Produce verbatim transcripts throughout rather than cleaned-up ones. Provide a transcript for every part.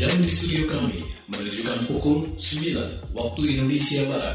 Jam di studio kami menunjukkan pukul sembilan waktu Indonesia Barat.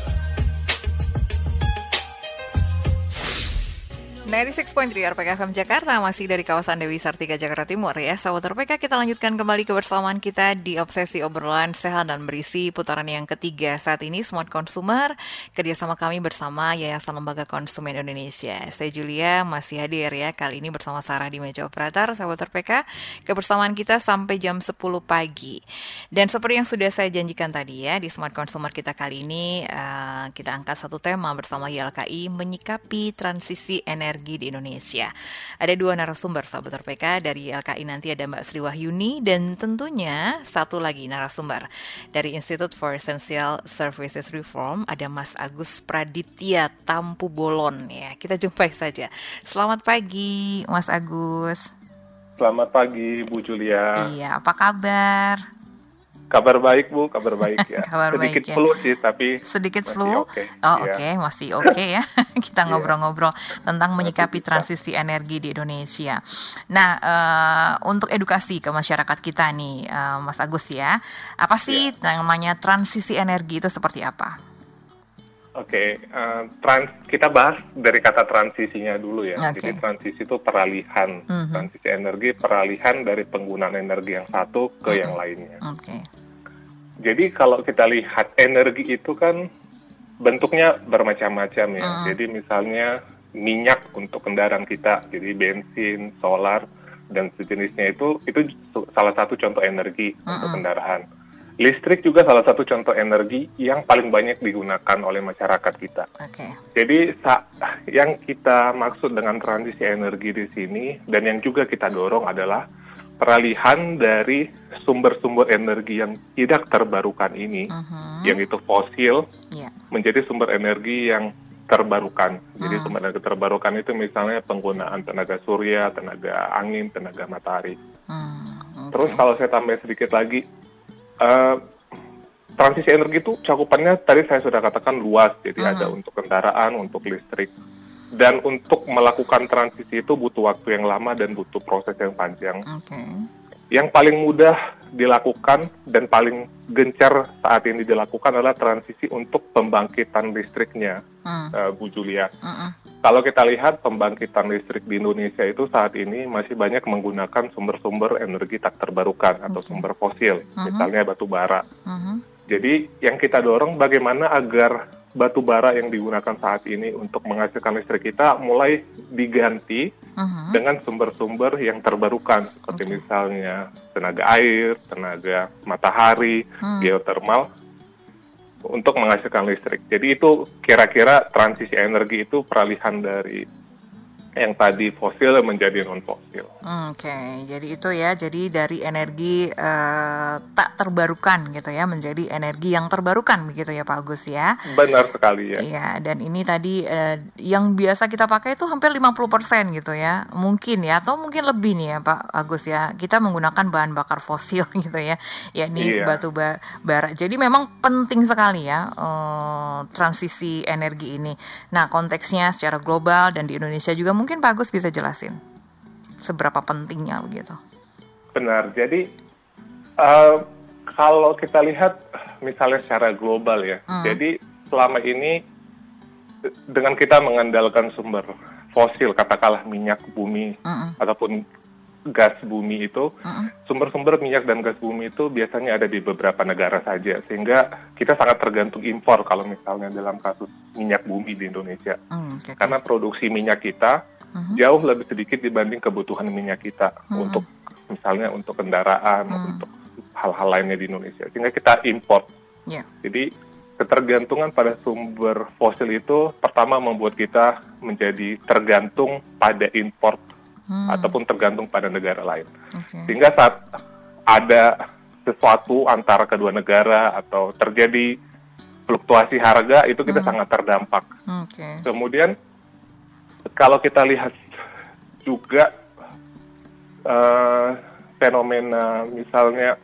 sembilan puluh enam koma tiga R P K F M Jakarta, masih dari kawasan Dewi Sartika, Jakarta Timur ya. Sahabat R P K, kita lanjutkan kembali kebersamaan kita di Obsesi Obrolan Sehat dan Berisi putaran yang ketiga saat ini, Smart Consumer, kerjasama kami bersama Yayasan Lembaga Konsumen Indonesia. Saya Julia masih hadir ya, kali ini bersama Sarah di meja operator. Sahabat R P K, kebersamaan kita sampai jam sepuluh pagi. Dan seperti yang sudah saya janjikan tadi ya, di Smart Consumer kita kali ini uh, kita angkat satu tema bersama Y L K I, menyikapi transisi energi di Indonesia. Ada dua narasumber sahabat R P K. Dari Y L K I nanti ada Mbak Sri Wahyuni, dan tentunya satu lagi narasumber dari Institute for Essential Services Reform, ada Mas Agus Praditya Tampu Bolon ya. Kita jumpai saja. Selamat pagi Mas Agus. Selamat pagi Bu Julia. Iya, apa kabar? Kabar baik Bu, kabar baik ya. Kabar sedikit baik, ya. flu sih, tapi sedikit masih flu. Okay. Oh ya. oke, okay. Masih oke okay, ya. Kita ngobrol-ngobrol tentang menyikapi transisi energi di Indonesia. Nah, uh, untuk edukasi ke masyarakat kita nih, uh, Mas Agus ya, apa sih ya. namanya transisi energi itu seperti apa? Oke, okay, uh, trans kita bahas dari kata transisinya dulu ya. Okay. Jadi transisi itu peralihan, mm-hmm. transisi energi peralihan dari penggunaan energi yang satu ke mm-hmm. yang lainnya. Oke. Okay. Jadi kalau kita lihat energi itu kan bentuknya bermacam-macam ya. Mm-hmm. Jadi misalnya minyak untuk kendaraan kita, jadi bensin, solar dan sejenisnya itu itu salah satu contoh energi mm-hmm. untuk kendaraan. Listrik juga salah satu contoh energi yang paling banyak digunakan oleh masyarakat kita. Okay. Jadi sa- yang kita maksud dengan transisi energi di sini dan yang juga kita dorong adalah peralihan dari sumber-sumber energi yang tidak terbarukan ini, uh-huh. yang itu fosil, yeah. menjadi sumber energi yang terbarukan. Jadi uh-huh. sumber energi terbarukan itu misalnya penggunaan tenaga surya, tenaga angin, tenaga matahari. Uh-huh. Okay. Terus kalau saya tambah sedikit lagi, Uh, transisi energi itu cakupannya tadi saya sudah katakan luas, jadi uh-huh. ada untuk kendaraan, untuk listrik, dan untuk melakukan transisi itu butuh waktu yang lama dan butuh proses yang panjang. Okay. Yang paling mudah dilakukan dan paling gencar saat ini dilakukan adalah transisi untuk pembangkitan listriknya, uh. Uh, Bu Julia. Uh-uh. Kalau kita lihat pembangkitan listrik di Indonesia itu saat ini masih banyak menggunakan sumber-sumber energi tak terbarukan atau okay. sumber fosil, uh-huh. misalnya batu bara. Uh-huh. Jadi yang kita dorong bagaimana agar batu bara yang digunakan saat ini untuk menghasilkan listrik kita mulai diganti uh-huh. dengan sumber-sumber yang terbarukan, seperti okay. misalnya tenaga air, tenaga matahari, uh-huh. geotermal, untuk menghasilkan listrik. Jadi itu kira-kira transisi energi itu peralihan dari yang tadi fosil menjadi non-fosil. Oke, okay. Jadi itu ya, jadi dari energi uh, tak terbarukan gitu ya, menjadi energi yang terbarukan begitu ya Pak Agus ya. Benar sekali ya. Iya, dan ini tadi uh, yang biasa kita pakai itu hampir lima puluh persen gitu ya, mungkin ya, atau mungkin lebih nih ya Pak Agus ya, kita menggunakan bahan bakar fosil gitu ya, yakni iya. batu bara. Jadi memang penting sekali ya uh, transisi energi ini. Nah, konteksnya secara global dan di Indonesia juga mungkin Pak Agus bisa jelasin seberapa pentingnya begitu. Benar. Jadi uh, kalau kita lihat misalnya secara global ya, hmm. jadi selama ini dengan kita mengandalkan sumber fosil, katakanlah minyak bumi hmm. ataupun gas bumi itu, hmm. sumber-sumber minyak dan gas bumi itu biasanya ada di beberapa negara saja, sehingga kita sangat tergantung impor kalau misalnya dalam kasus minyak bumi di Indonesia. Hmm, okay, Karena produksi minyak kita Uh-huh. jauh lebih sedikit dibanding kebutuhan minyak kita uh-huh. untuk misalnya untuk kendaraan, uh-huh. untuk hal-hal lainnya di Indonesia, sehingga kita import. Yeah. Jadi ketergantungan pada sumber fosil itu pertama membuat kita menjadi tergantung pada import uh-huh. ataupun tergantung pada negara lain. Okay. Sehingga saat ada sesuatu antara kedua negara atau terjadi fluktuasi harga itu kita uh-huh. sangat terdampak. Okay. Kemudian kalau kita lihat juga uh, fenomena misalnya,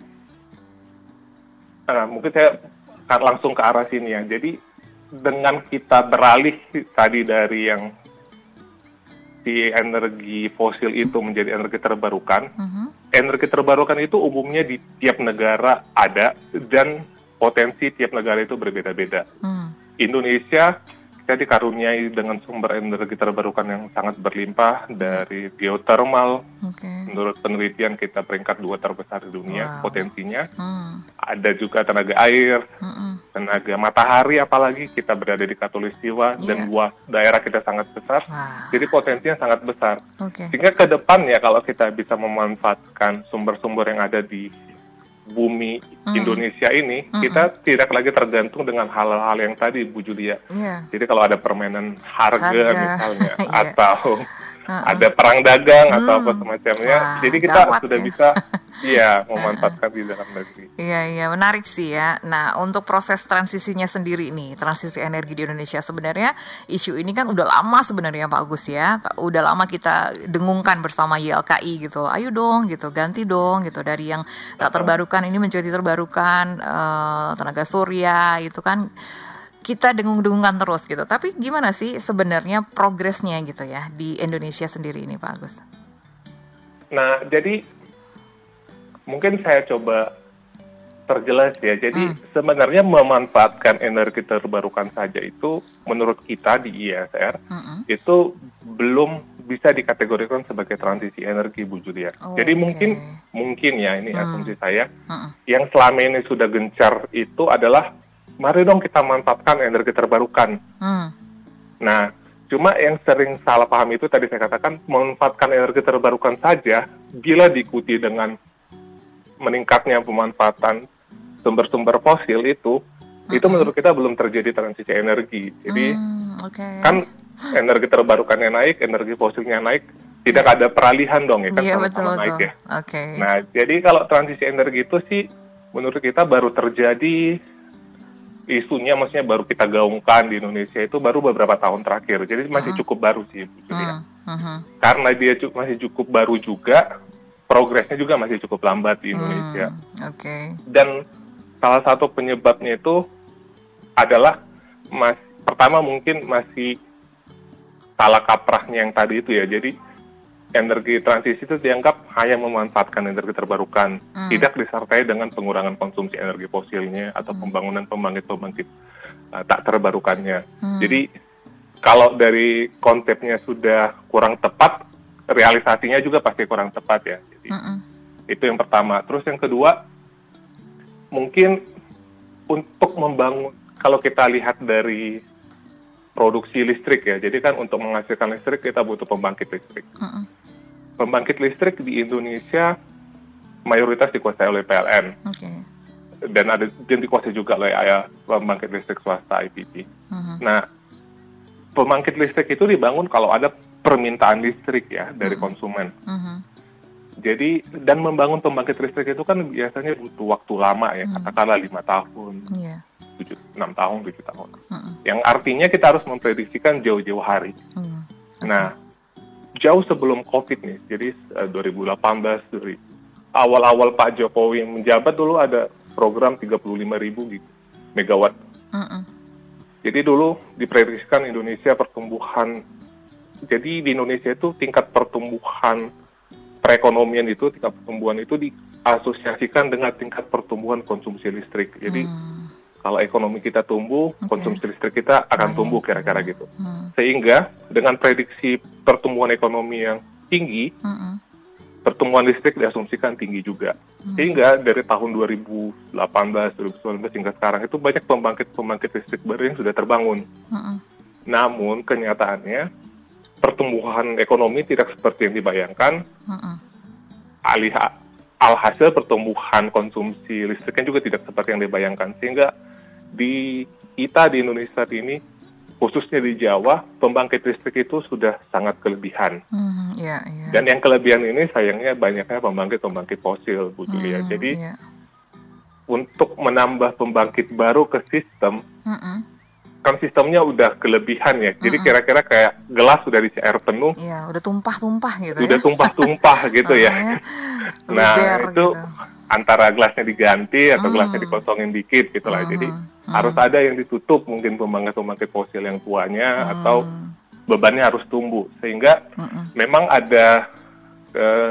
uh, mungkin saya akan langsung ke arah sini ya. Jadi dengan kita beralih tadi dari yang si energi fosil itu menjadi energi terbarukan, uh-huh. energi terbarukan itu umumnya di tiap negara ada dan potensi tiap negara itu berbeda-beda. Hmm. Indonesia kita dikaruniai dengan sumber energi terbarukan yang sangat berlimpah dari geothermal. Okay. Menurut penelitian kita peringkat dua terbesar di dunia wow. potensinya. Hmm. Ada juga tenaga air, hmm. tenaga matahari, apalagi kita berada di Katulistiwa yeah. dan luas daerah kita sangat besar. Wow. Jadi potensinya sangat besar. Okay. Sehingga ke depannya kalau kita bisa memanfaatkan sumber-sumber yang ada di bumi mm. Indonesia ini, Mm-mm. kita tidak lagi tergantung dengan hal-hal yang tadi Bu Julia. Yeah. Jadi kalau ada permainan harga, harga. misalnya, yeah. atau uh-uh. ada perang dagang mm. atau apa semacamnya, wah, jadi kita sudah ya. bisa ya memanfaatkan di dalam negeri. Iya iya menarik sih ya. Nah untuk proses transisinya sendiri nih, transisi energi di Indonesia sebenarnya isu ini kan udah lama sebenarnya Pak Agus ya. Udah lama kita dengungkan bersama Y L K I gitu. Ayo dong gitu, ganti dong gitu dari yang tak terbarukan ini menjadi terbarukan, uh, tenaga surya itu kan kita dengung-dengungkan terus gitu. Tapi gimana sih sebenarnya progresnya gitu ya di Indonesia sendiri ini Pak Agus? Nah jadi mungkin saya coba perjelas ya. Jadi hmm. sebenarnya memanfaatkan energi terbarukan saja itu menurut kita di I S R hmm. itu belum bisa dikategorikan sebagai transisi energi Bu Julia. Oh, Jadi okay. mungkin mungkin ya ini hmm. asumsi saya hmm. yang selama ini sudah gencar itu adalah mari dong kita manfaatkan energi terbarukan. Hmm. Nah, cuma yang sering salah paham itu tadi saya katakan memanfaatkan energi terbarukan saja bila diikuti dengan meningkatnya pemanfaatan sumber-sumber fosil itu, mm-hmm. itu menurut kita belum terjadi transisi energi. Jadi mm, okay. kan energi terbarukannya naik, energi fosilnya naik, tidak yeah. ada peralihan dong ya kan yeah, sama-sama naik ya. Okay. Nah jadi kalau transisi energi itu sih menurut kita baru terjadi isunya, maksudnya baru kita gaungkan di Indonesia itu baru beberapa tahun terakhir. Jadi masih mm-hmm. cukup baru sih, Bu Julia. Mm-hmm. Karena dia cu- masih cukup baru juga. Progresnya juga masih cukup lambat di Indonesia. Hmm, Oke. Okay. Dan salah satu penyebabnya itu adalah mas, pertama mungkin masih salah kaprahnya yang tadi itu ya. Jadi energi transisi itu dianggap hanya memanfaatkan energi terbarukan, hmm. tidak disertai dengan pengurangan konsumsi energi fosilnya atau hmm. pembangunan pembangkit-pembangkit uh, tak terbarukannya. Hmm. Jadi kalau dari konsepnya sudah kurang tepat, realisasinya juga pasti kurang tepat ya. Jadi, itu yang pertama. Terus yang kedua, mungkin untuk membangun, kalau kita lihat dari produksi listrik ya, jadi kan untuk menghasilkan listrik kita butuh pembangkit listrik. Mm-mm. Pembangkit listrik di Indonesia mayoritas dikuasai oleh P L N. Okay. Dan ada dan dikuasai juga oleh ayah pembangkit listrik swasta I P P. Mm-hmm. Nah, pembangkit listrik itu dibangun kalau ada permintaan listrik ya dari mm-hmm. konsumen. Mm-hmm. Jadi dan membangun pembangkit listrik itu kan biasanya butuh waktu lama ya, mm-hmm. katakanlah lima tahun, yeah. tujuh, enam tahun, tujuh tahun. Mm-hmm. Yang artinya kita harus memprediksikan jauh-jauh hari. Mm-hmm. Okay. Nah, jauh sebelum COVID nih, jadi uh, dua ribu delapan belas, dari awal-awal Pak Jokowi menjabat dulu ada program tiga puluh lima ribu megawatt. Mm-hmm. Jadi dulu diprediksikan Indonesia pertumbuhan. Jadi di Indonesia itu tingkat pertumbuhan perekonomian itu, tingkat pertumbuhan itu diasosiasikan dengan tingkat pertumbuhan konsumsi listrik. Jadi hmm. kalau ekonomi kita tumbuh, okay. konsumsi listrik kita akan Baik. tumbuh kira-kira gitu. Hmm. Sehingga dengan prediksi pertumbuhan ekonomi yang tinggi, hmm. pertumbuhan listrik diasumsikan tinggi juga. Hmm. Sehingga dari tahun dua ribu delapan belas, dua ribu sembilan belas hingga sekarang itu banyak pembangkit-pembangkit listrik baru yang sudah terbangun. Hmm. Namun kenyataannya pertumbuhan ekonomi tidak seperti yang dibayangkan. Uh-uh. Alih alhasil pertumbuhan konsumsi listriknya juga tidak seperti yang dibayangkan. Sehingga di kita di Indonesia saat ini, khususnya di Jawa, pembangkit listrik itu sudah sangat kelebihan. Uh, yeah, yeah. Dan yang kelebihan ini sayangnya banyaknya pembangkit-pembangkit fosil, Bu Julia. Uh, Jadi yeah. untuk menambah pembangkit baru ke sistem, uh-uh. kan sistemnya udah kelebihan ya, jadi mm-hmm. kira-kira kayak gelas sudah diisi air penuh, iya, udah tumpah-tumpah gitu, udah ya? tumpah-tumpah gitu ya. Nah itu gitu. Antara gelasnya diganti atau mm. gelasnya dikosongin dikit gitulah, mm-hmm. jadi mm. harus ada yang ditutup mungkin pembangkit-pembangkit fosil yang tuanya mm. atau bebannya harus tumbuh, sehingga mm-hmm. memang ada uh,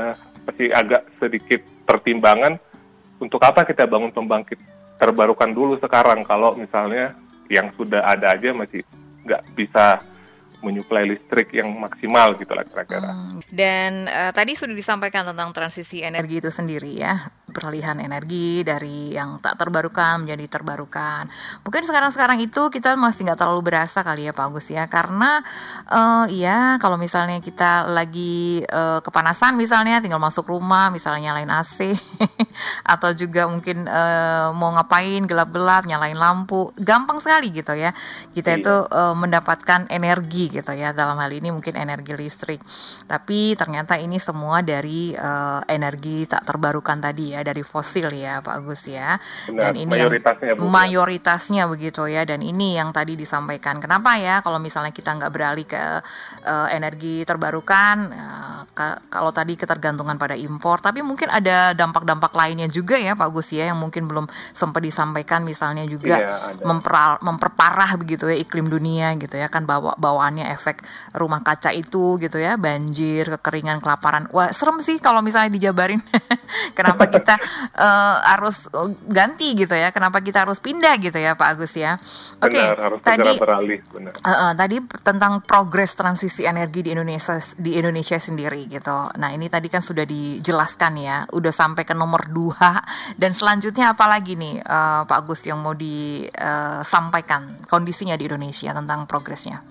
apa sih agak sedikit pertimbangan untuk apa kita bangun pembangkit terbarukan dulu sekarang kalau misalnya yang sudah ada aja masih nggak bisa menyuplai listrik yang maksimal gitu lah kira-kira. Hmm. Dan uh, tadi sudah disampaikan tentang transisi energi itu sendiri ya, peralihan energi dari yang tak terbarukan menjadi terbarukan. Mungkin sekarang-sekarang itu kita masih nggak terlalu berasa kali ya Pak Agus ya, karena uh, ya kalau misalnya kita lagi uh, kepanasan misalnya tinggal masuk rumah misalnya nyalain A C atau juga mungkin uh, mau ngapain gelap-gelap nyalain lampu, gampang sekali gitu ya kita Iya. itu uh, mendapatkan energi gitu ya, dalam hal ini mungkin energi listrik. Tapi ternyata ini semua dari uh, energi tak terbarukan tadi ya, dari fosil ya Pak Agus ya. Benar, Dan ini mayoritasnya, yang, Bu. mayoritasnya begitu ya. Dan ini yang tadi disampaikan. Kenapa ya kalau misalnya kita nggak beralih ke uh, energi terbarukan, uh, ke, kalau tadi ketergantungan pada impor, tapi mungkin ada dampak-dampak lainnya juga ya Pak Agus ya, yang mungkin belum sempat disampaikan, misalnya juga Iya, ada. memper, memperparah begitu ya iklim dunia gitu ya, kan bawa bawaannya efek rumah kaca itu gitu ya, banjir, kekeringan, kelaparan. Wah, serem sih kalau misalnya dijabarin. Kenapa kita uh, harus ganti gitu ya? Kenapa kita harus pindah gitu ya Pak Agus ya? Oke, Benar, harus tadi segera beralih, benar. uh, uh, tadi tentang progres transisi energi di Indonesia di Indonesia sendiri gitu. Nah, ini tadi kan sudah dijelaskan ya, udah sampai ke nomor dua, dan selanjutnya apa lagi nih uh, Pak Agus yang mau disampaikan kondisinya di Indonesia tentang progresnya?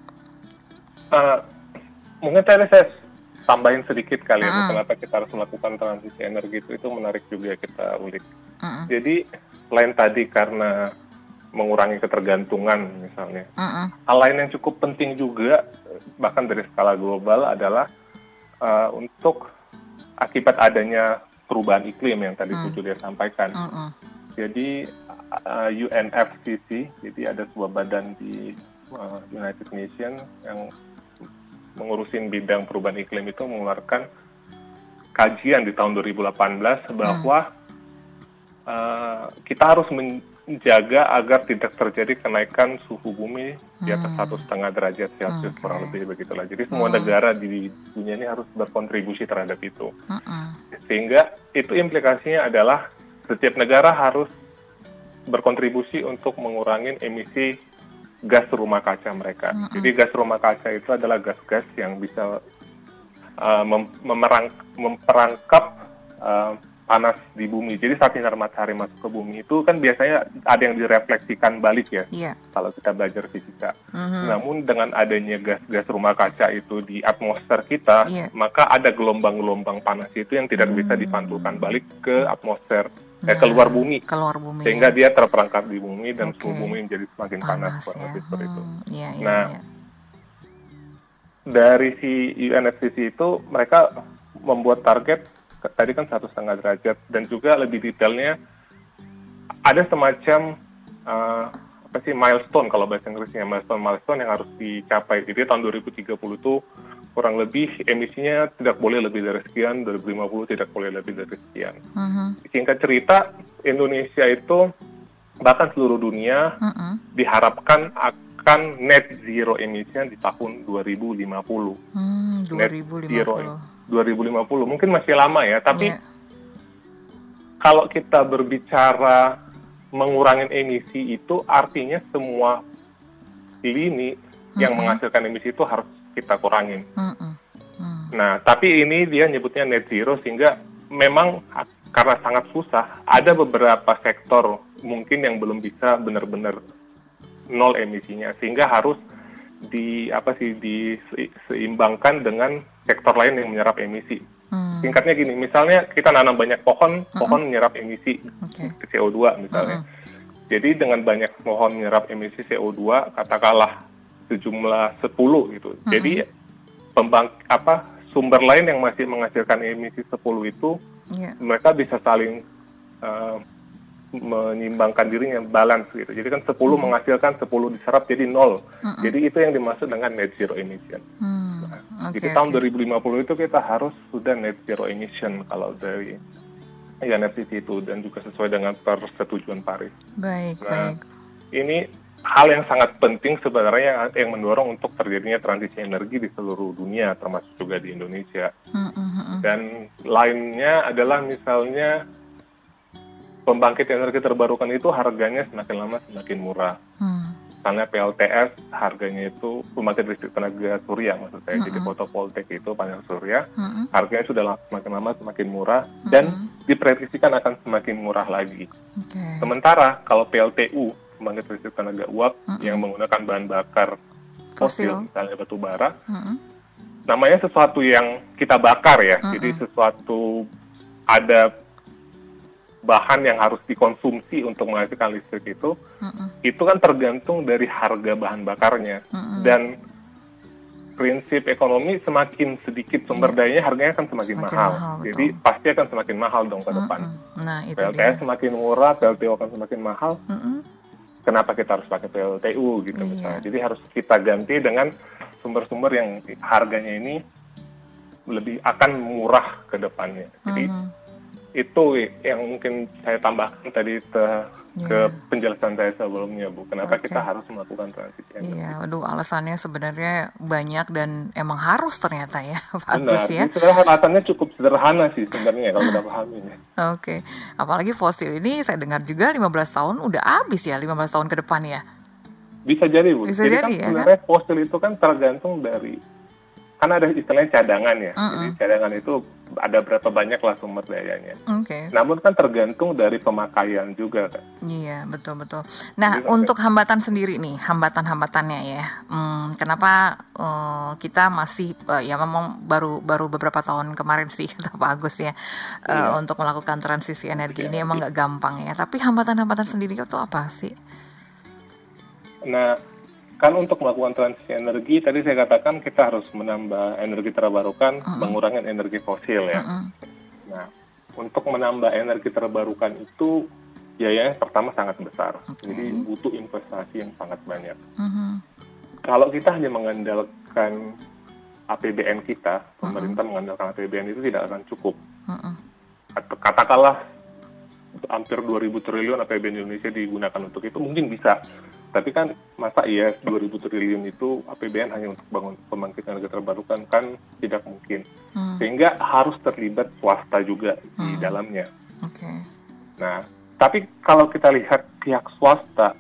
Uh, mungkin tadi saya tambahin sedikit kali ya, Mm. kenapa kita harus melakukan transisi energi itu, itu menarik juga kita ulik. Mm-mm. Jadi, selain tadi karena mengurangi ketergantungan misalnya, Mm-mm. hal lain yang cukup penting juga, bahkan dari skala global adalah uh, untuk akibat adanya perubahan iklim yang tadi Bu Mm. Julia sampaikan. Mm-mm. Jadi, uh, U N F C C, jadi ada sebuah badan di uh, United Nations yang mengurusin bidang perubahan iklim itu mengeluarkan kajian di tahun dua ribu delapan belas bahwa hmm. uh, kita harus menjaga agar tidak terjadi kenaikan suhu bumi di atas satu setengah derajat Celcius, Okay. kurang lebih begitulah. Jadi semua Hmm. negara di dunia ini harus berkontribusi terhadap itu. Mm-mm. Sehingga itu implikasinya adalah setiap negara harus berkontribusi untuk mengurangi emisi gas rumah kaca mereka. Mm-mm. Jadi gas rumah kaca itu adalah gas-gas yang bisa uh, mem- memerang- memperangkap uh, panas di bumi. Jadi saat sinar matahari masuk ke bumi itu kan biasanya ada yang direfleksikan balik ya, Iya. kalau kita belajar fisika. Mhm. Namun dengan adanya gas-gas rumah kaca itu di atmosfer kita, Iya. maka ada gelombang-gelombang panas itu yang tidak bisa Hmm. dipantulkan balik ke atmosfer, eh, Nah, keluar bumi. keluar bumi Sehingga ya. dia terperangkap di bumi dan Oke. suhu bumi menjadi semakin panas, Panas kurang ya. lebih seperti itu. Hmm, iya, iya, Nah, iya. Dari si U N F C C itu mereka membuat target ke- tadi kan satu setengah derajat, dan juga lebih detailnya ada semacam uh, apa sih milestone kalau bahasa Inggrisnya, milestone milestone yang harus dicapai. Jadi tahun dua ribu tiga puluh itu kurang lebih emisinya tidak boleh lebih dari sekian, dua ribu lima puluh tidak boleh lebih dari sekian. Mhm. Singkat cerita, Indonesia itu bahkan seluruh dunia Mm-mm. diharapkan akan net zero emisinya di tahun dua ribu lima puluh. Hmm, Net dua ribu lima zero puluh. dua ribu lima puluh mungkin masih lama ya, tapi Iya. kalau kita berbicara mengurangi emisi itu artinya semua lini yang Mm-mm. menghasilkan emisi itu harus kita kurangin. Mm-mm. Mm. Nah, tapi ini dia nyebutnya net zero, sehingga memang karena sangat susah, ada beberapa sektor mungkin yang belum bisa benar-benar nol emisinya, sehingga harus di apa sih diseimbangkan dengan sektor lain yang menyerap emisi. Hmm. Singkatnya gini, misalnya kita nanam banyak pohon, pohon menyerap emisi Oke. C O dua misalnya. Jadi dengan banyak pohon menyerap emisi C O dua, katakanlah sejumlah sepuluh gitu. Jadi pembang apa sumber lain yang masih menghasilkan emisi sepuluh itu, Iya. mereka bisa saling uh, menyimbangkan dirinya, balance gitu. Jadi kan sepuluh menghasilkan, sepuluh diserap, jadi nol. Mm-mm. Jadi itu yang dimaksud dengan net zero emission. Hmm. Oke, Jadi tahun oke. dua ribu lima puluh itu kita harus sudah net zero emission kalau dari U N F C C itu, dan juga sesuai dengan persetujuan Paris. Baik, Nah, baik. ini hal yang sangat penting sebenarnya yang mendorong untuk terjadinya transisi energi di seluruh dunia, termasuk juga di Indonesia. Mm-mm. Mm-mm. Dan lainnya adalah misalnya pembangkit energi terbarukan itu harganya semakin lama semakin murah. Mm. Misalnya P L T S harganya itu pembangkit listrik tenaga surya maksud saya. Mm-mm. Jadi fotovoltaik itu panel surya, Mm-mm. harganya sudah semakin lama semakin murah dan Mm-mm. diprediksikan akan semakin murah lagi. Okay. Sementara kalau P L T U, pembangkit listrik tenaga uap Mm-mm. yang menggunakan bahan bakar fosil, Fosil. misalnya batu bara, Mm-mm. namanya sesuatu yang kita bakar ya. Mm-mm. Jadi sesuatu ada bahan yang harus dikonsumsi untuk menghasilkan listrik itu, Mm-mm. itu kan tergantung dari harga bahan bakarnya. Mm-mm. Dan prinsip ekonomi semakin sedikit sumber dayanya harganya akan semakin, Semakin mahal. mahal, betul. Jadi pasti akan semakin mahal dong ke depan. Mm-mm. Nah, itu P L T S dia. semakin murah, P L T U akan semakin mahal. Mm-mm. Kenapa kita harus pakai P L T U gitu Iya. misalnya. Jadi harus kita ganti dengan sumber-sumber yang harganya ini lebih akan murah ke depannya. Jadi Mhm. itu yang mungkin saya tambahkan tadi te- ke Iya. penjelasan saya sebelumnya, Bu. Kenapa Oke. kita harus melakukan transisi energi? Iya, aduh alasannya sebenarnya banyak dan emang harus ternyata ya, Pak Benar, Agus ya. ini sebenarnya alasannya cukup sederhana sih sebenarnya kalau kita pahamin. Oke, apalagi fosil ini saya dengar juga lima belas tahun udah habis ya, lima belas tahun ke depan ya. Bisa jadi, Bu. Bisa jadi, jadi, kan ya sebenarnya fosil itu kan tergantung dari, kan ada istilahnya cadangan ya. Mm-mm. Jadi cadangan itu ada berapa banyak lah sumber dayanya. Oke, Namun kan tergantung dari pemakaian juga kan. iya betul-betul. Nah, Jadi, untuk hambatan sendiri nih, hambatan-hambatannya ya, hmm, kenapa eh, kita masih, eh, ya memang baru baru beberapa tahun kemarin sih kata Pak Agus ya, eh, Iya. untuk melakukan transisi energi ini Iya. emang nggak gampang ya. Tapi hambatan-hambatan sendiri itu apa sih? Nah, kan untuk melakukan transisi energi, tadi saya katakan kita harus menambah energi terbarukan, Mm-mm. mengurangi energi fosil ya. Mm-mm. Nah, untuk menambah energi terbarukan itu biayanya pertama sangat besar. Oke. Jadi butuh investasi yang sangat banyak. Mhm. Kalau kita hanya mengandalkan A P B N kita, pemerintah mengandalkan A P B N itu tidak akan cukup. Mm-mm. Atau katakanlah hampir dua ribu triliun A P B N Indonesia digunakan untuk itu, mungkin bisa. Tapi kan masa iya dua ribu triliun itu A P B N hanya untuk bangun pembangkit energi terbarukan, kan tidak mungkin. Hmm. Sehingga harus terlibat swasta juga di Hmm. dalamnya. Oke. Nah, tapi kalau kita lihat pihak swasta,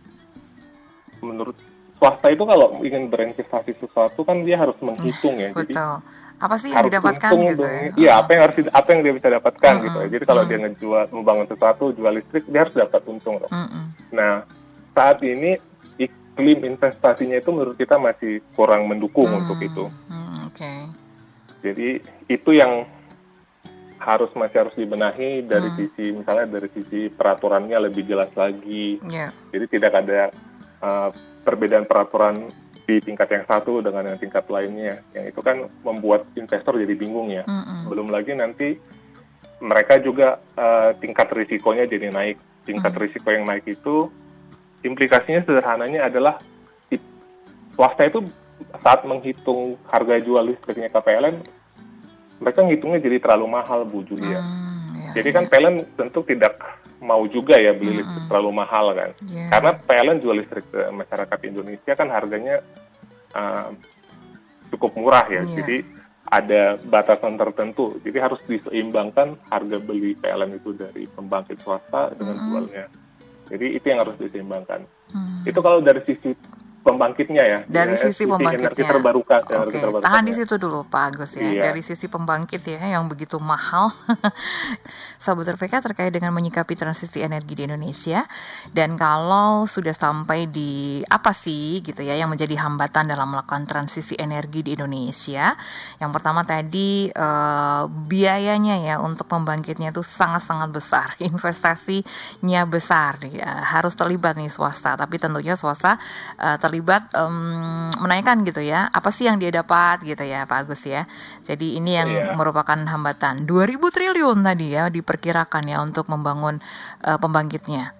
menurut swasta itu kalau ingin berinvestasi sesuatu kan dia harus menghitung ya. Jadi Betul. Apa sih yang harus didapatkan untung gitu dong. ya? Iya, apa yang harus apa yang dia bisa dapatkan Mm-mm. gitu ya. Jadi kalau Mm. dia ngejual membangun sesuatu, jual listrik, dia harus dapat untung dong. Mm-mm. Nah, saat ini iklim investasinya itu menurut kita masih kurang mendukung Hmm. untuk itu. Hmm, Oke. Jadi itu yang harus masih harus dibenahi dari Hmm. sisi misalnya dari sisi peraturannya lebih jelas lagi. Ya. Jadi tidak ada uh, perbedaan peraturan di tingkat yang satu dengan yang tingkat lainnya. Yang itu kan membuat investor jadi bingung ya. Mm-mm. Belum lagi nanti mereka juga uh, tingkat risikonya jadi naik. Tingkat Hmm. risiko yang naik itu implikasinya sederhananya adalah si swasta itu saat menghitung harga jual listriknya ke P L N, mereka ngitungnya jadi terlalu mahal, Bu Julia. Hmm, ya, Jadi ya. kan P L N tentu tidak mau juga ya beli listrik Mm-mm. terlalu mahal kan. Ya. Karena P L N jual listrik ke masyarakat Indonesia kan harganya uh, cukup murah ya. Iya. Jadi ada batasan tertentu. Jadi harus diseimbangkan harga beli P L N itu dari pembangkit swasta dengan Mm-mm. jualnya. Jadi itu yang harus diseimbangkan. Hmm. Itu kalau dari sisi pembangkitnya ya. Dari Ya, sisi pembangkitnya. energi terbarukan. Oke, energi terbarukan tahan di ya. situ dulu Pak Agus ya. Iya. Dari sisi pembangkit ya yang begitu mahal. Sahabat R P K terkait dengan menyikapi transisi energi di Indonesia, dan kalau sudah sampai di apa sih gitu ya yang menjadi hambatan dalam melakukan transisi energi di Indonesia. Yang pertama tadi eh, biayanya ya untuk pembangkitnya itu sangat-sangat besar. Investasinya besar ya. Harus terlibat nih swasta, tapi tentunya swasta eh, terlibat em, menaikkan gitu ya. Apa sih yang dia dapat gitu ya Pak Agus ya. Jadi ini yang Iya. merupakan hambatan. dua ribu triliun tadi ya diperkirakan ya untuk membangun eh, pembangkitnya.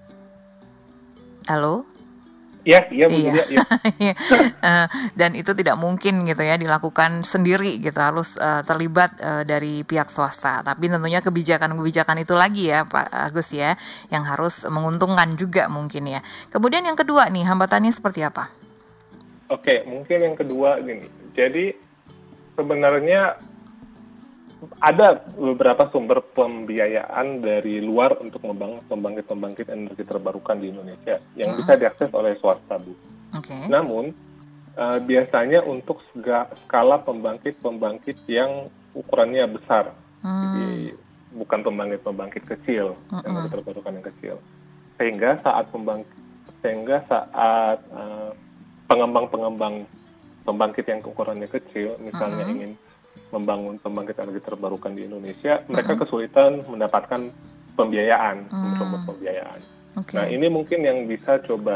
Halo? Iya, iya Bu Iya. Julia, iya. Eh, dan itu tidak mungkin gitu ya dilakukan sendiri gitu, harus eh, terlibat eh, dari pihak swasta. Tapi tentunya kebijakan-kebijakan itu lagi ya Pak Agus ya yang harus menguntungkan juga mungkin ya. Kemudian yang kedua nih, hambatannya seperti apa? Oke, mungkin yang kedua gini. Jadi sebenarnya ada beberapa sumber pembiayaan dari luar untuk membangun pembangkit-pembangkit energi terbarukan di Indonesia yang uh-huh. bisa diakses oleh swasta, Bu. Okay. Namun uh, biasanya untuk skala pembangkit-pembangkit yang ukurannya besar, hmm. jadi bukan pembangkit-pembangkit kecil, uh-uh. energi terbarukan yang kecil. Sehingga saat pembangkit, sehingga saat uh, pengembang-pengembang pembangkit yang ukurannya kecil, misalnya uh-uh. ingin membangun pembangkit energi terbarukan di Indonesia, mereka uh-huh. kesulitan mendapatkan pembiayaan, uh-huh. sumber pembiayaan. Okay. Nah, ini mungkin yang bisa coba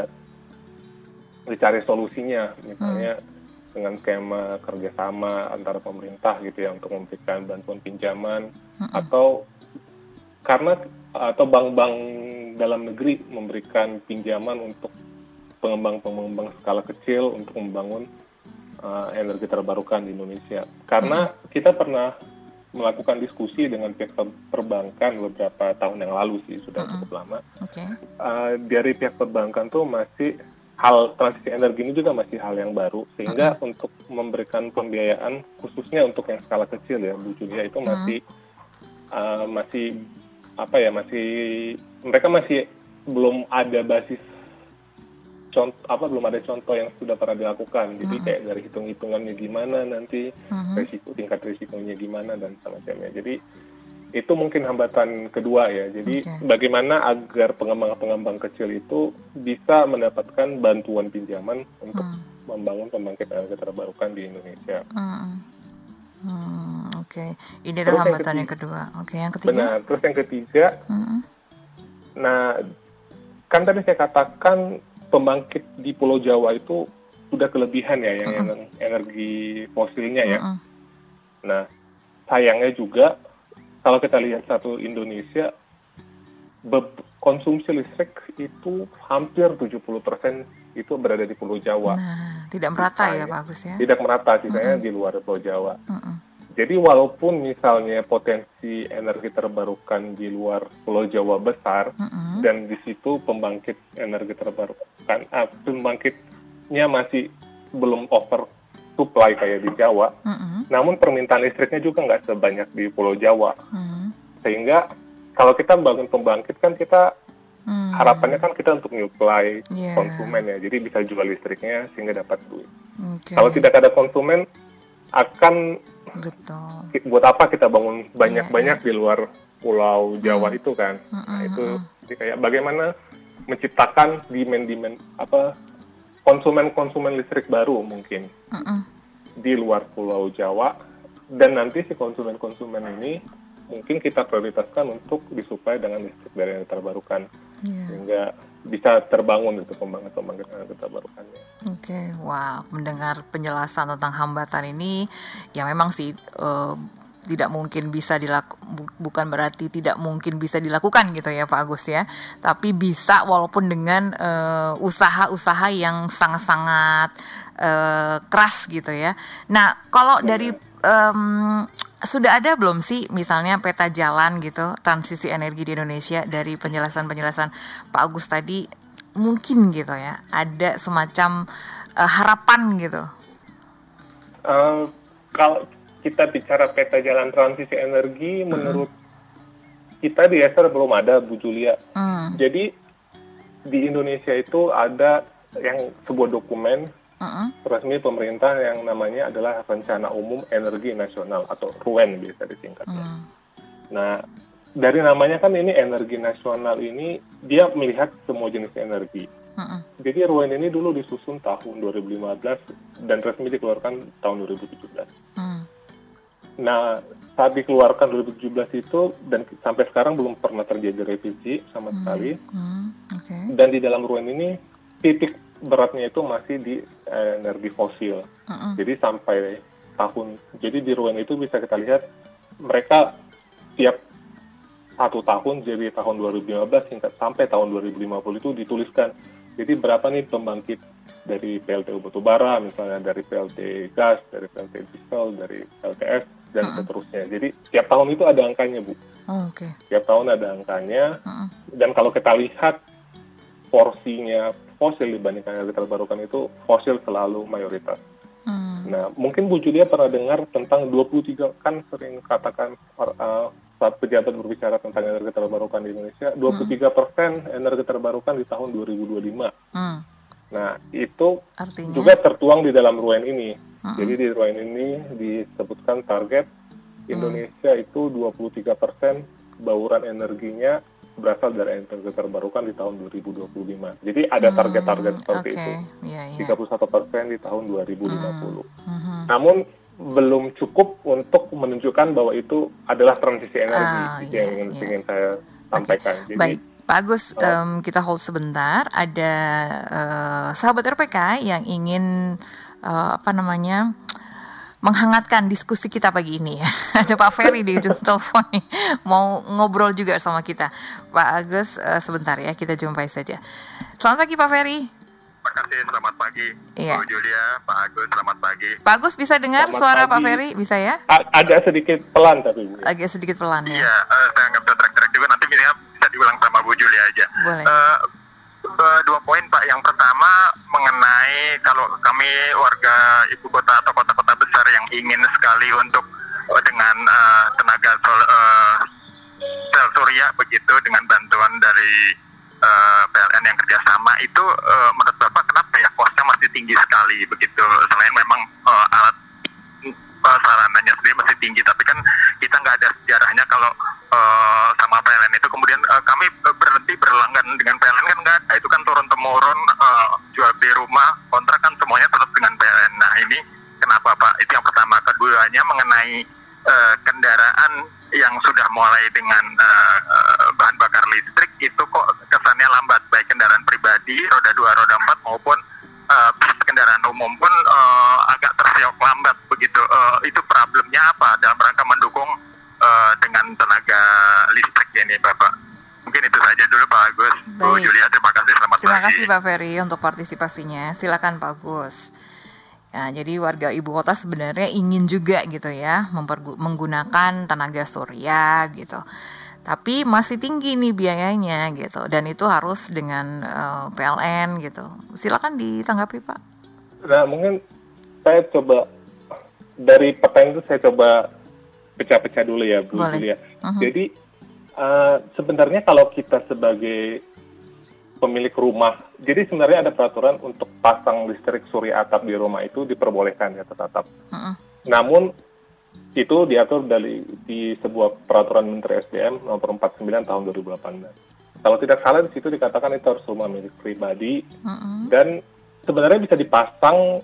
dicari solusinya, misalnya uh-huh. dengan skema kerjasama antara pemerintah gitu ya untuk memberikan bantuan pinjaman, uh-huh. atau karena atau bank-bank dalam negeri memberikan pinjaman untuk pengembang-pengembang skala kecil untuk membangun Uh, energi terbarukan di Indonesia. Karena hmm. kita pernah melakukan diskusi dengan pihak perbankan beberapa tahun yang lalu sih, sudah hmm. cukup lama. Okay. Uh, dari pihak perbankan tuh masih hal transisi energi ini juga masih hal yang baru, sehingga hmm. untuk memberikan pembiayaan khususnya untuk yang skala kecil ya, Bu Julia, itu masih hmm. uh, masih apa ya masih mereka masih belum ada basis contoh apa belum ada contoh yang sudah pernah dilakukan. Jadi uh-huh. kayak dari hitung-hitungannya gimana nanti, uh-huh. risiko tingkat risikonya gimana dan semacamnya. Jadi itu mungkin hambatan kedua ya. Jadi okay. bagaimana agar pengembang-pengembang kecil itu bisa mendapatkan bantuan pinjaman untuk uh-huh. membangun pembangkit energi terbarukan di Indonesia. Uh-huh. Hmm, Oke, okay. Ini adalah hambatan yang kedua. Oke, okay, yang ketiga. Benar. Terus yang ketiga, uh-huh. nah kan tadi saya katakan pembangkit di Pulau Jawa itu sudah kelebihan ya yang uh-uh. energi fosilnya ya. Uh-uh. Nah, sayangnya juga kalau kita lihat satu Indonesia, be- konsumsi listrik itu hampir tujuh puluh persen itu berada di Pulau Jawa. Nah, tidak merata ya Pak Agus ya? Tidak merata, sisanya uh-uh. di luar Pulau Jawa. Uh-uh. Jadi walaupun misalnya potensi energi terbarukan di luar Pulau Jawa besar, uh-uh. dan di situ pembangkit energi terbarukan, ah, pembangkitnya masih belum over supply kayak di Jawa, uh-uh. namun permintaan listriknya juga nggak sebanyak di Pulau Jawa. Uh-uh. Sehingga kalau kita bangun pembangkit kan kita uh-uh. harapannya kan kita untuk nyuplai yeah. konsumen ya, jadi bisa jual listriknya sehingga dapat duit. Okay. Kalau tidak ada konsumen akan Betul. buat apa kita bangun banyak-banyak yeah, yeah. di luar Pulau Jawa hmm. itu kan. Hmm, nah itu jadi kayak bagaimana menciptakan demand-demand apa konsumen-konsumen listrik baru mungkin hmm. di luar Pulau Jawa, dan nanti si konsumen-konsumen ini mungkin kita prioritaskan untuk disuplai dengan listrik dari yang terbarukan yeah. sehingga bisa terbangun itu pembangkit-pembangkit energi terbarukannya. Oke, okay, wow, mendengar penjelasan tentang hambatan ini, ya memang sih uh, tidak mungkin bisa dilakukan, bukan berarti tidak mungkin bisa dilakukan gitu ya Pak Agus ya, tapi bisa walaupun dengan uh, usaha-usaha yang sangat-sangat uh, keras gitu ya. Nah, kalau dari um, sudah ada belum sih misalnya peta jalan gitu transisi energi di Indonesia dari penjelasan-penjelasan Pak Agus tadi, mungkin gitu ya ada semacam uh, harapan gitu? Uh, kalau kita bicara peta jalan transisi energi, mm-hmm. menurut kita di Eser belum ada, Bu Julia. Mm. Jadi di Indonesia itu ada yang sebuah dokumen Uh-uh. resmi pemerintah yang namanya adalah Rencana Umum Energi Nasional atau R U N biasa disingkatnya. Uh. Nah, dari namanya kan ini energi nasional ini dia melihat semua jenis energi. Uh-uh. Jadi R U N ini dulu disusun tahun dua ribu lima belas dan resmi dikeluarkan tahun dua ribu tujuh belas. Uh. Nah, saat dikeluarkan dua ribu tujuh belas itu dan sampai sekarang belum pernah terjadi revisi sama uh. sekali. Uh. Okay. Dan di dalam R U N ini titik beratnya itu masih di eh, energi fosil. Uh-uh. Jadi sampai tahun, jadi di R U N itu bisa kita lihat mereka tiap satu tahun, jadi tahun dua ribu lima belas hingga sampai tahun dua ribu lima puluh itu dituliskan. Jadi berapa nih pembangkit dari P L T U batubara, misalnya dari P L T gas, dari P L T diesel, dari P L T S dan uh-uh. seterusnya. Jadi tiap tahun itu ada angkanya, Bu. Oh, Oke. Okay. Tiap tahun ada angkanya. Uh-uh. Dan kalau kita lihat porsinya fosil dibandingkan energi terbarukan itu fosil selalu mayoritas. Hmm. Nah, mungkin Bu Julia pernah dengar tentang dua puluh tiga, kan sering katakan uh, saat pejabat berbicara tentang energi terbarukan di Indonesia, dua puluh tiga persen energi terbarukan di tahun dua ribu dua puluh lima. Hmm. Nah, itu artinya juga tertuang di dalam R U N ini. Hmm. Jadi di R U N ini disebutkan target Indonesia hmm. itu dua puluh tiga persen bauran energinya berasal dari energi terbarukan di tahun dua ribu dua puluh lima. Jadi ada target-target hmm, seperti okay. itu. Yeah, yeah. tiga puluh satu persen di tahun dua ribu lima puluh. Hmm. Hmm. Namun belum cukup untuk menunjukkan bahwa itu adalah transisi energi oh, yang yeah, ingin, yeah. ingin saya sampaikan. Okay. Jadi, baik, Pak Agus, um, kita hold sebentar. Ada uh, sahabat R P K yang ingin uh, apa namanya? menghangatkan diskusi kita pagi ini ya. Ada Pak Ferry di ujung telepon nih, mau ngobrol juga sama kita. Pak Agus, uh, sebentar ya, kita jumpai saja. Selamat pagi Pak Ferry. Terima kasih, selamat pagi iya. Bu Julia, Pak Agus, selamat pagi. Pak Agus bisa dengar selamat suara pagi. Pak Ferry, bisa ya? A- ada sedikit pelan tapi. Agak sedikit pelan ya. Iya, uh, saya nggak bisa track-track juga, nanti bisa, bisa diulang sama Bu Julia aja. Boleh. Uh, Uh, dua poin Pak. Yang pertama mengenai kalau kami warga ibu kota atau kota-kota besar yang ingin sekali untuk uh, dengan uh, tenaga sol, uh, sel surya begitu dengan bantuan dari uh, P L N yang kerjasama itu uh, menurut Bapak kenapa ya kosnya masih tinggi sekali begitu, selain memang uh, alat uh, sarananya sendiri masih tinggi, tapi kan kita nggak ada sejarahnya kalau uh, sama P L N itu kemudian uh, kami uh, berhenti berlangganan dengan P L N kan nggak ada, itu kan turun temurun uh, jual beli rumah kontrak kan semuanya tetap dengan P L N. Nah ini kenapa Pak? Itu yang pertama. Keduanya mengenai uh, kendaraan yang sudah mulai dengan uh, uh, bahan bakar listrik itu kok kesannya lambat, baik kendaraan pribadi roda dua roda empat maupun uh, kendaraan umum pun uh, agak tersiok lambat begitu. Uh, itu problemnya apa dalam rangka mendukung uh, dengan tenaga listrik ini Bapak? Mungkin itu saja dulu Pak Agus. Baik. Bu Julia, terima kasih, selamat terima pagi. Terima kasih Pak Ferry untuk partisipasinya. Silakan Pak Agus. Ya, jadi warga ibu kota sebenarnya ingin juga gitu ya mempergu- menggunakan tenaga surya gitu. Tapi masih tinggi nih biayanya gitu, dan itu harus dengan uh, P L N gitu. Silakan ditanggapi Pak. Nah mungkin saya coba dari peta itu saya coba pecah-pecah dulu ya Bu Julia. Uh-huh. Jadi uh, sebenarnya kalau kita sebagai pemilik rumah, jadi sebenarnya ada peraturan untuk pasang listrik surya atap di rumah itu diperbolehkan ya atap. Uh-uh. Namun itu diatur dari di sebuah peraturan Menteri S D M nomor empat puluh sembilan tahun dua ribu delapan belas. Kalau tidak salah di situ dikatakan itu harus rumah milik pribadi uh-uh. dan sebenarnya bisa dipasang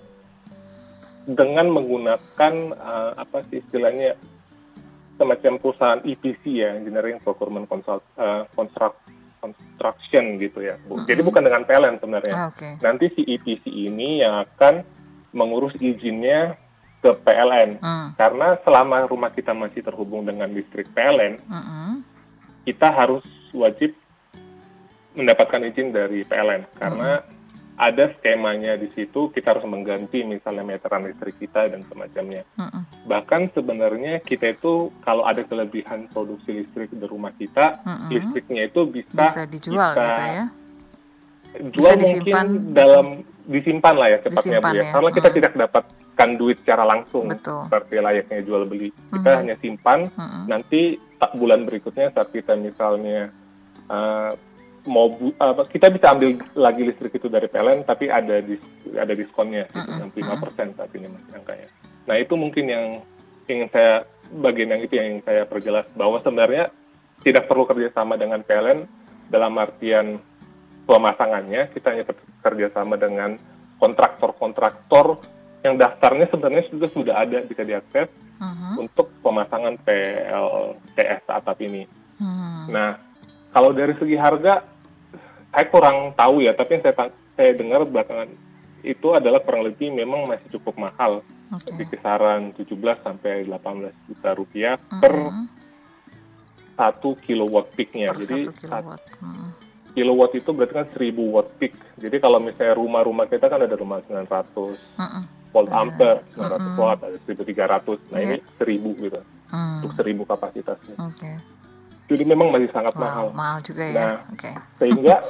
dengan menggunakan uh, apa sih istilahnya semacam perusahaan E P C ya, Engineering Procurement Consult, uh, Construct construction gitu ya, Bu. Mm-hmm. Jadi bukan dengan P L N sebenarnya. Ah, okay. Nanti si E P C ini yang akan mengurus izinnya ke P L N. Mm. Karena selama rumah kita masih terhubung dengan listrik P L N, mm-hmm. kita harus wajib mendapatkan izin dari P L N. Karena mm-hmm. ada skemanya di situ, kita harus mengganti misalnya meteran listrik kita dan semacamnya. Mm-hmm. Bahkan sebenarnya kita itu kalau ada kelebihan produksi listrik di rumah kita, mm-hmm. listriknya itu bisa, bisa dijual kita gitu ya? Jual bisa disimpan, mungkin dalam disimpan lah ya cepatnya Bu ya. ya. Karena kita mm-hmm. tidak dapatkan duit secara langsung. Betul. Seperti layaknya jual beli. Kita mm-hmm. hanya simpan, mm-hmm. nanti tak bulan berikutnya saat kita misalnya uh, mau bu, uh, kita bisa ambil lagi listrik itu dari P L N, tapi ada dis, ada diskonnya enam puluh lima persen saat ini mas angkanya. Nah itu mungkin yang ingin saya bagian yang itu yang ingin saya perjelas, bahwa sebenarnya tidak perlu kerjasama dengan P L N dalam artian pemasangannya, kita hanya kerjasama dengan kontraktor-kontraktor yang daftarnya sebenarnya sudah sudah ada, bisa diakses uh-huh. untuk pemasangan P L T S atap ini. Uh-huh. Nah kalau dari segi harga saya kurang tahu ya, tapi yang saya, saya dengar belakangan itu adalah kurang lebih memang masih cukup mahal, okay. di kisaran tujuh belas sampai delapan belas juta rupiah uh-huh. per satu kilowatt peaknya. Per Jadi satu kilowatt. Uh-huh. Kilowatt itu berarti kan seribu watt peak. Jadi kalau misalnya rumah-rumah kita kan ada rumah sembilan ratus uh-uh. volt ampere, uh-uh. sembilan ratus watt, ada seribu tiga ratus. Nah yeah. ini seribu gitu, uh-uh. untuk seribu kapasitasnya. Okay. Jadi memang masih sangat wow, mahal. Mahal juga ya. Nah, okay. sehingga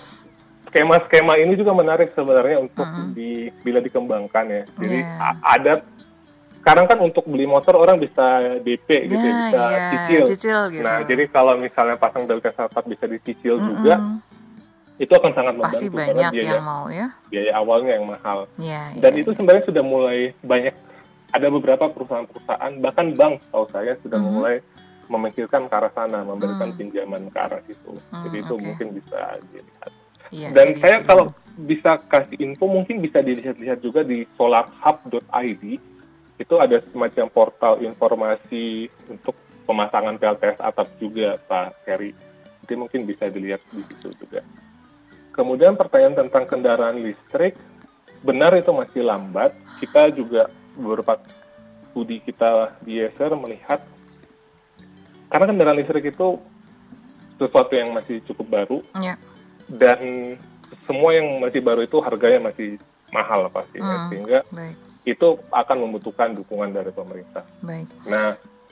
skema-skema ini juga menarik sebenarnya untuk uh-huh. di, bila dikembangkan ya. Jadi yeah. a- ada sekarang kan untuk beli motor orang bisa D P gitu, Ya, bisa iya, cicil. cicil gitu. Nah, jadi kalau misalnya pasang Delta Sahabat bisa dicicil Mm-mm. juga, itu akan sangat Pasti membantu karena banyak biaya yang mau ya. biaya awalnya yang mahal. Ya, Dan ya, itu ya. sebenarnya sudah mulai banyak, ada beberapa perusahaan-perusahaan, bahkan bank tahu saya sudah Mhm. mulai memikirkan ke arah sana, memberikan Hmm. pinjaman ke arah situ. Hmm, Jadi itu oke. mungkin bisa dilihat. Iya, Dan jadi saya itu. kalau bisa kasih info, mungkin bisa dilihat-lihat juga di solarhub dot i d. Itu ada semacam portal informasi untuk pemasangan P L T S atap juga, Pak Heri. Jadi mungkin bisa dilihat di situ juga. Kemudian pertanyaan tentang kendaraan listrik, benar itu masih lambat. Kita juga beberapa studi kita di Yeser melihat, karena kendaraan listrik itu sesuatu yang masih cukup baru, Ya. dan semua yang masih baru itu harganya masih mahal pastinya, Hmm, sehingga Baik, itu akan membutuhkan dukungan dari pemerintah. baik. Nah,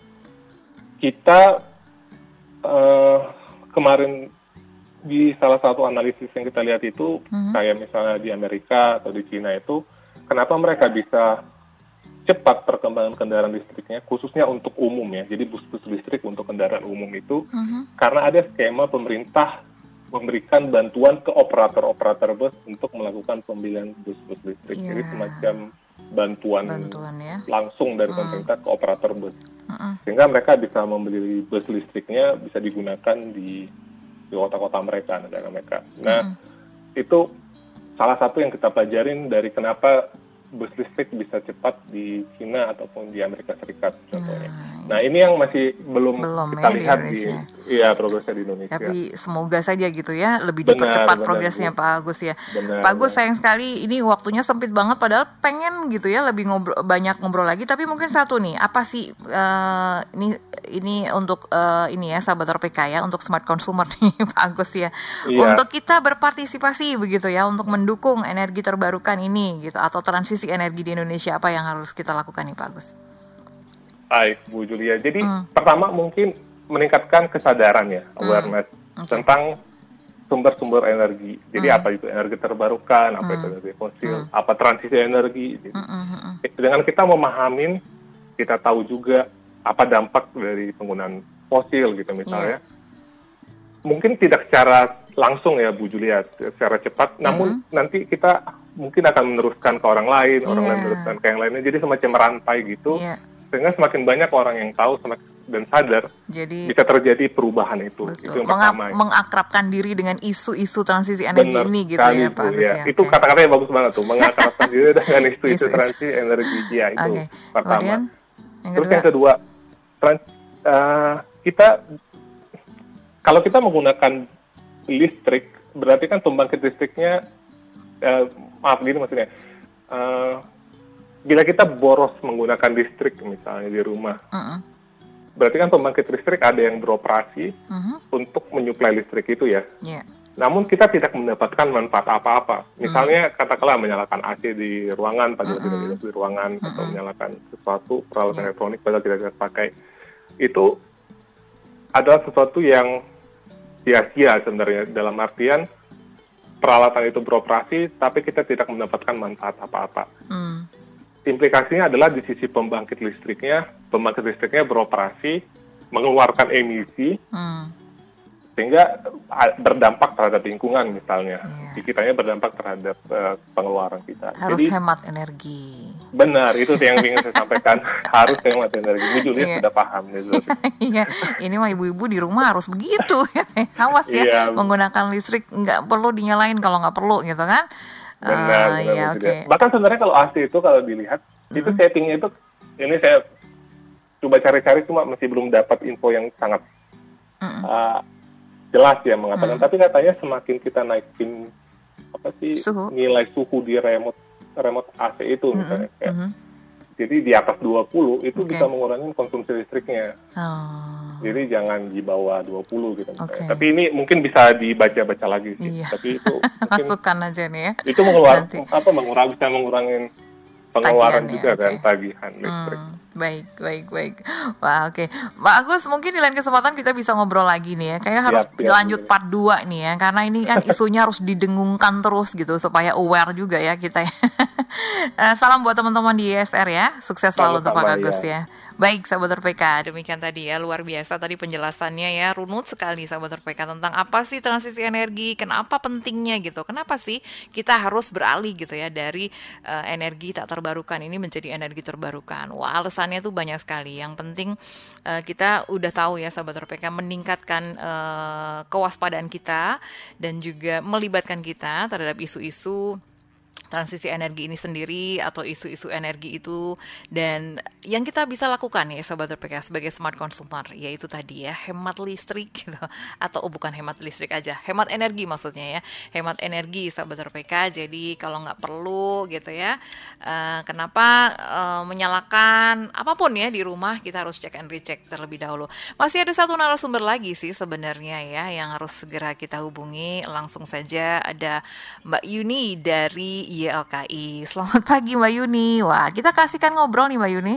kita eh, kemarin di salah satu analisis yang kita lihat itu, Mhm. kayak misalnya di Amerika atau di Cina itu, kenapa mereka bisa cepat perkembangan kendaraan listriknya, khususnya untuk umum ya, jadi bus-bus listrik untuk kendaraan umum itu, Mhm. karena ada skema pemerintah memberikan bantuan ke operator-operator bus untuk melakukan pembelian bus-bus listrik. Iya. Jadi semacam bantuan, Bantuan ya. langsung dari Hmm. pemerintah ke operator bus. Mm-mm. Sehingga mereka bisa membeli bus listriknya, bisa digunakan di, di kota-kota mereka, negara mereka. Nah, Mm-mm. itu salah satu yang kita pelajarin dari kenapa bus listrik bisa cepat di China ataupun di Amerika Serikat contohnya. Nah, Nah, ini yang masih belum, Belum kita ya di lihat di, Indonesia. iya progresnya di Indonesia. Tapi semoga saja gitu ya, lebih Benar, dipercepat benar, progresnya Bu. Pak Agus ya. Benar, Pak Agus, benar. sayang sekali ini waktunya sempit banget, padahal pengen gitu ya lebih ngobrol, banyak ngobrol lagi. Tapi mungkin satu nih, apa sih eh, ini ini untuk eh, ini ya sahabat R P K ya, untuk smart consumer nih Pak Agus ya, Iya. untuk kita berpartisipasi begitu ya, untuk mendukung energi terbarukan ini gitu, atau transisi energi di Indonesia, apa yang harus kita lakukan nih Pak Agus? Baik, Bu Julia. Jadi Hmm. pertama mungkin meningkatkan kesadaran ya, Hmm. awareness Oke. tentang sumber-sumber energi. Jadi Hmm. apa itu energi terbarukan, apa itu Hmm. energi fosil, Hmm. apa transisi energi. Gitu. Mm-mm, mm-mm. Dengan kita memahamin, kita tahu juga apa dampak dari penggunaan fosil gitu misalnya. Mungkin tidak secara langsung ya Bu Julia, secara cepat, namun nanti kita mungkin akan meneruskan ke orang lain, orang Iya. lain meneruskan ke yang lainnya. Jadi semacam merantai gitu. Iya. Sehingga semakin banyak orang yang tahu semakin, dan sadar, Jadi bisa terjadi perubahan itu. Itu betul, yang Menga- pertama. ya. mengakrabkan diri dengan isu-isu transisi energi Benar ini gitu sekali, ya Bu, Pak Agus ya. ya. Itu Oke. kata-katanya bagus banget tuh, mengakrabkan diri dengan isu-isu Isu-isu. transisi energi. Ya, itu Oke. pertama. Kemudian yang Terus kedua, yang kedua, trans- eh, kita kalau kita menggunakan listrik, berarti kan pembangkit listriknya, eh, maaf gini maksudnya, eh, bila kita boros menggunakan listrik misalnya di rumah, Mm-mm. berarti kan pembangkit listrik ada yang beroperasi Mhm. untuk menyuplai listrik itu ya. Iya. Namun kita tidak mendapatkan manfaat apa-apa. Misalnya Hmm. katakanlah menyalakan A C di ruangan, padahal tidak Mm-mm. tidak di ruangan, atau Mm-mm. menyalakan sesuatu peralatan Iya. elektronik padahal tidak tidak pakai. Itu adalah sesuatu yang sia-sia sebenarnya, dalam artian peralatan itu beroperasi tapi kita tidak mendapatkan manfaat apa-apa. Mm. Implikasinya adalah di sisi pembangkit listriknya, pembangkit listriknya beroperasi, mengeluarkan emisi, Mm. sehingga uh, berdampak terhadap lingkungan misalnya. Iya. Di kitanya berdampak terhadap uh, pengeluaran kita. Harus Jadi hemat energi. benar, itu yang ingin saya sampaikan. Harus hemat energi. Bu Julia Iya. sudah paham. Gitu. Iya, ini mah ibu-ibu di rumah harus begitu. Awas ya, Iya. menggunakan listrik nggak perlu dinyalain kalau nggak perlu gitu kan? Benar, Ah, benar, iya, Bu oke. Julia. Bahkan sebenarnya kalau A C itu kalau dilihat, itu Mm. settingnya itu, ini saya coba cari-cari cuma masih belum dapat info yang sangat Mm-mm. uh, jelas ya mengatakan. Mm. Tapi katanya semakin kita naikin apa sih Suhu. nilai suhu di remote remote A C itu misalnya, Mm-mm. kayak, Mhm. jadi di atas dua puluh itu Oke. bisa mengurangi konsumsi listriknya. Oh. Jadi jangan di bawah dua puluh gitu misalnya. Oke. Tapi ini mungkin bisa dibaca-baca lagi sih. Iya. Tapi itu mungkin Masukkan aja nih ya. itu mengeluarkan Nanti. apa mengurangi bisa mengurangi pengeluaran Tagihan ya, juga kan oke. tagihan listrik. Hmm. Baik, baik, baik. Wah, oke. Mbak Agus, mungkin di lain kesempatan kita bisa ngobrol lagi nih ya. Kayaknya harus Siap, siap, lanjut siap. part dua nih ya. Karena ini kan isunya harus didengungkan terus gitu supaya aware juga ya kita ya. Eh, Salam buat teman-teman di I S R ya. Sukses selalu untuk Pak Sama-sama, Agus ya. ya. Baik, sahabat R P K, demikian tadi ya, luar biasa tadi penjelasannya ya, runut sekali sahabat R P K tentang apa sih transisi energi, kenapa pentingnya gitu, kenapa sih kita harus beralih gitu ya dari uh, energi tak terbarukan ini menjadi energi terbarukan. Wah, alasannya tuh banyak sekali. Yang penting uh, kita udah tahu ya sahabat R P K, meningkatkan uh, kewaspadaan kita dan juga melibatkan kita terhadap isu-isu transisi energi ini sendiri atau isu-isu energi itu, dan yang kita bisa lakukan ya Sobat R P K sebagai smart consumer yaitu tadi ya hemat listrik gitu, atau oh, bukan hemat listrik aja, hemat energi maksudnya ya, hemat energi Sobat R P K. Jadi kalau nggak perlu gitu ya, uh, kenapa uh, menyalakan apapun ya di rumah, kita harus cek and recheck terlebih dahulu. Masih ada satu narasumber lagi sih sebenarnya ya yang harus segera kita hubungi, langsung saja ada Mbak Yuni dari Y L K I. Selamat pagi Mbak Yuni. Wah, kita kasihkan ngobrol nih Mbak Yuni.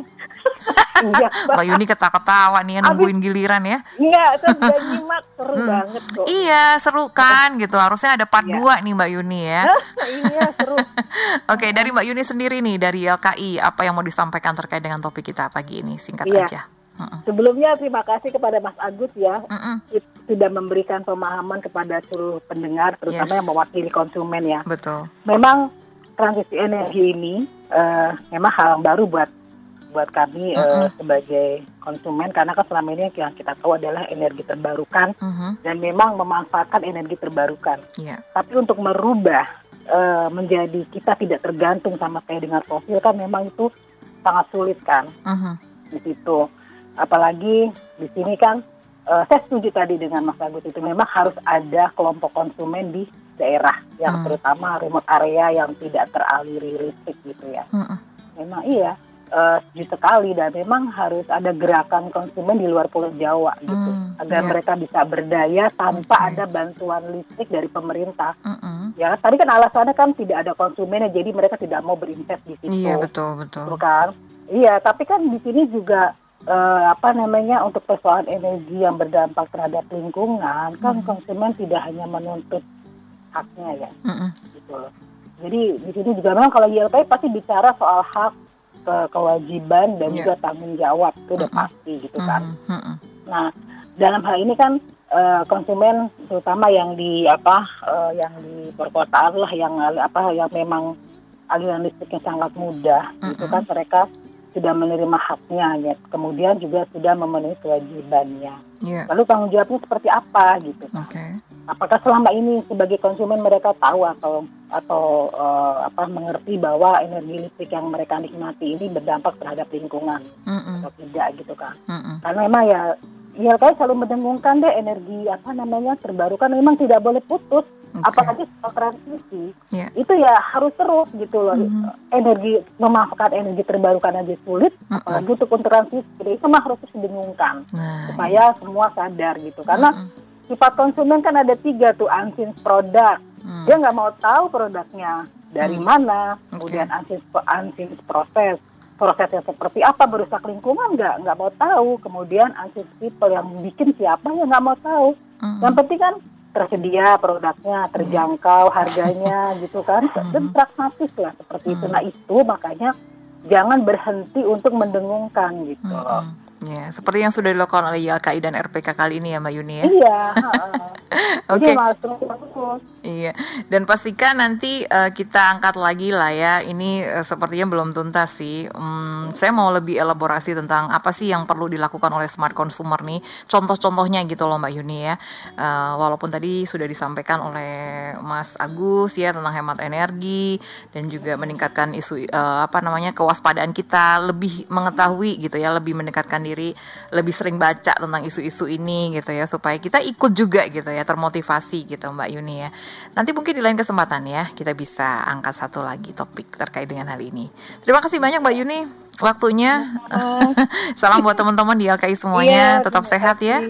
Iya, Mbak Yuni ketawa-ketawa nih ya, nungguin giliran ya. Iya, saya udah nyimak, seru Hmm. banget kok. Iya, seru kan gitu. Harusnya ada part Iya. dua nih Mbak Yuni ya. Iya, seru. Oke, dari Mbak Yuni sendiri nih dari Y L K I, apa yang mau disampaikan terkait dengan topik kita pagi ini? Singkat Iya. aja. Mm-mm. Sebelumnya terima kasih kepada Mas Agus ya, Mm-mm. it- sudah memberikan pemahaman kepada seluruh pendengar, terutama Yes. yang mewakili konsumen ya. Betul. Memang transisi energi ini eh, memang hal yang baru buat buat kami eh, Mm-mm. sebagai konsumen, karena kan selama ini yang kita tahu adalah energi terbarukan Mhm. dan memang memanfaatkan energi terbarukan. Iya. Tapi untuk merubah eh, menjadi kita tidak tergantung sama sekali dengan fosil kan memang itu sangat sulit kan Mhm. di situ. Apalagi di sini kan eh, saya setuju tadi dengan Mas Agus, itu memang harus ada kelompok konsumen di daerah yang Hmm. terutama remote area yang tidak teraliri listrik gitu ya. Mm-mm. Memang iya eh, setuju sekali, dan memang harus ada gerakan konsumen di luar Pulau Jawa gitu Hmm, agar iya. mereka bisa berdaya tanpa Oke. ada bantuan listrik dari pemerintah. Mm-mm. Ya, tadi kan alasannya kan tidak ada konsumennya, jadi mereka tidak mau berinvest di situ. Iya, betul, betul. Betul kan? Iya, tapi kan di sini juga eh, apa namanya, untuk persoalan energi yang berdampak terhadap lingkungan, kan Hmm. konsumen tidak hanya menuntut haknya ya, Mm-mm. gitu loh. Jadi di sini juga memang kalau Y L K I pasti bicara soal hak, ke- kewajiban dan Iya. juga tanggung jawab, itu udah Mm-mm. pasti gitu kan. Mhm. Mhm. Nah, dalam hal ini kan eh, konsumen terutama yang di apa eh, yang di perkotaan lah, yang apa yang memang aliran listriknya sangat mudah gitu Mm-mm. kan, mereka sudah menerima haknya ya. Kemudian juga sudah memenuhi kewajibannya. Iya. Lalu tanggung jawabnya seperti apa gitu. Oke. Apakah selama ini sebagai konsumen mereka tahu atau atau eh, apa mengerti bahwa energi listrik yang mereka nikmati ini berdampak terhadap lingkungan Mm-mm. atau tidak gitu kan. Mm-mm. Karena memang ya Y L K I selalu mendengungkan deh energi apa namanya terbarukan memang tidak boleh putus, Oke. apalagi soal transmisi. Iya. Itu ya harus terus gitu loh. Mhm. Energi memanfaatkan energi terbarukan aja sulit, Mm-mm. apalagi untuk untuk transmisi. Jadi itu mah harus didengungkan Nah, supaya semua sadar gitu. Karena Mm-mm. sifat konsumen kan ada tiga tuh, unfinished product. Hmm. Dia nggak mau tahu produknya dari Hmm. mana, Oke. kemudian unfinished, unfinished proses. Prosesnya seperti apa, berusak lingkungan nggak, nggak mau tahu. Kemudian unfinished people yang bikin siapa ya nggak mau tahu. Mm-mm. Yang penting kan tersedia produknya, terjangkau harganya gitu kan, dan pragmatis lah seperti itu. Nah itu makanya jangan berhenti untuk mendengungkan gitu loh. Mm-mm. Ya, seperti yang sudah dilakukan oleh Y L K I dan R P K kali ini ya Mbak Yuni ya. Iya. heeh. Oke. Jadi harus terus-terus. Iya, dan pastikan nanti uh, kita angkat lagi lah ya. Ini uh, sepertinya belum tuntas sih. Hmm, saya mau lebih elaborasi tentang apa sih yang perlu dilakukan oleh smart consumer nih. Contoh-contohnya gitu loh Mbak Yuni ya. Uh, walaupun tadi sudah disampaikan oleh Mas Agus ya tentang hemat energi dan juga meningkatkan isu uh, apa namanya kewaspadaan kita, lebih mengetahui gitu ya, lebih mendekatkan diri, lebih sering baca tentang isu-isu ini gitu ya, supaya kita ikut juga gitu ya, termotivasi gitu Mbak Yuni ya. Nanti mungkin di lain kesempatan ya kita bisa angkat satu lagi topik terkait dengan hal ini. Terima kasih banyak Mbak Yuni waktunya. Salam buat teman-teman di Y L K I semuanya, Iya, tetap terima sehat ya. kasih.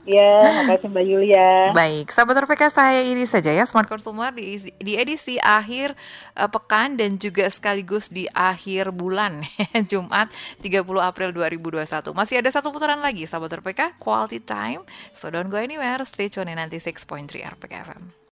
Ya, makasih Mbak Yulia. Baik, sahabat R P K, saya ini saja ya Smart Consumer di, di edisi akhir uh, pekan dan juga sekaligus di akhir bulan Jumat tiga puluh April dua ribu dua puluh satu. Masih ada satu putaran lagi sahabat R P K, Quality Time. So don't go anywhere, stay tune in ninety-six point three R P K F M.